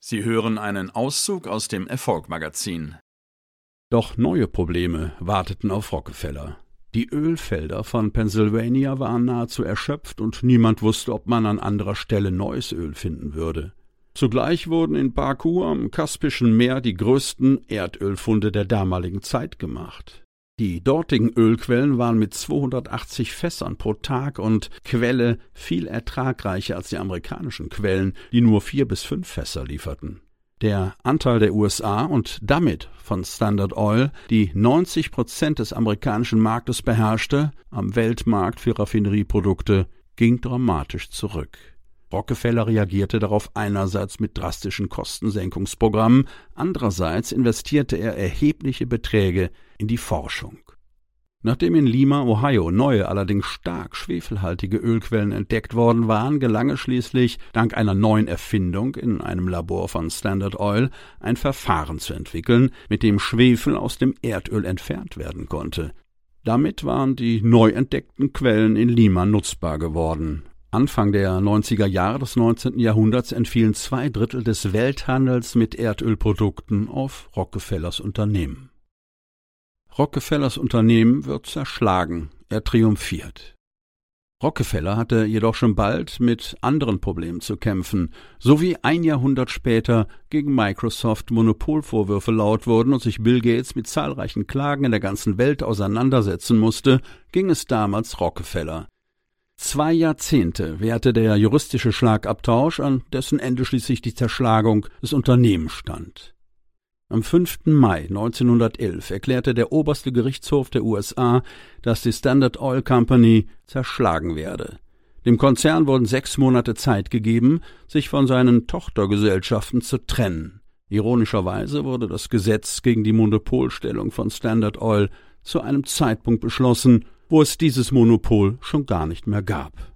Sie hören einen Auszug aus dem Erfolg-Magazin. Doch neue Probleme warteten auf Rockefeller. Die Ölfelder von Pennsylvania waren nahezu erschöpft und niemand wusste, ob man an anderer Stelle neues Öl finden würde. Zugleich wurden in Baku am Kaspischen Meer die größten Erdölfunde der damaligen Zeit gemacht. Die dortigen Ölquellen waren mit 280 Fässern pro Tag und Quelle viel ertragreicher als die amerikanischen Quellen, die nur 4 bis 5 Fässer lieferten. Der Anteil der USA und damit von Standard Oil, die 90% des amerikanischen Marktes beherrschte, am Weltmarkt für Raffinerieprodukte, ging dramatisch zurück. Rockefeller reagierte darauf einerseits mit drastischen Kostensenkungsprogrammen, andererseits investierte er erhebliche Beträge in die Forschung. Nachdem in Lima, Ohio, neue, allerdings stark schwefelhaltige Ölquellen entdeckt worden waren, gelang es schließlich, dank einer neuen Erfindung in einem Labor von Standard Oil, ein Verfahren zu entwickeln, mit dem Schwefel aus dem Erdöl entfernt werden konnte. Damit waren die neu entdeckten Quellen in Lima nutzbar geworden. Anfang der 90er Jahre des 19. Jahrhunderts entfielen 2/3 des Welthandels mit Erdölprodukten auf Rockefellers Unternehmen. Rockefellers Unternehmen wird zerschlagen, er triumphiert. Rockefeller hatte jedoch schon bald mit anderen Problemen zu kämpfen, so wie ein Jahrhundert später gegen Microsoft Monopolvorwürfe laut wurden und sich Bill Gates mit zahlreichen Klagen in der ganzen Welt auseinandersetzen musste, ging es damals Rockefeller. 2 Jahrzehnte währte der juristische Schlagabtausch, an dessen Ende schließlich die Zerschlagung des Unternehmens stand. Am 5. Mai 1911 erklärte der oberste Gerichtshof der USA, dass die Standard Oil Company zerschlagen werde. Dem Konzern wurden 6 Monate Zeit gegeben, sich von seinen Tochtergesellschaften zu trennen. Ironischerweise wurde das Gesetz gegen die Monopolstellung von Standard Oil zu einem Zeitpunkt beschlossen, wo es dieses Monopol schon gar nicht mehr gab.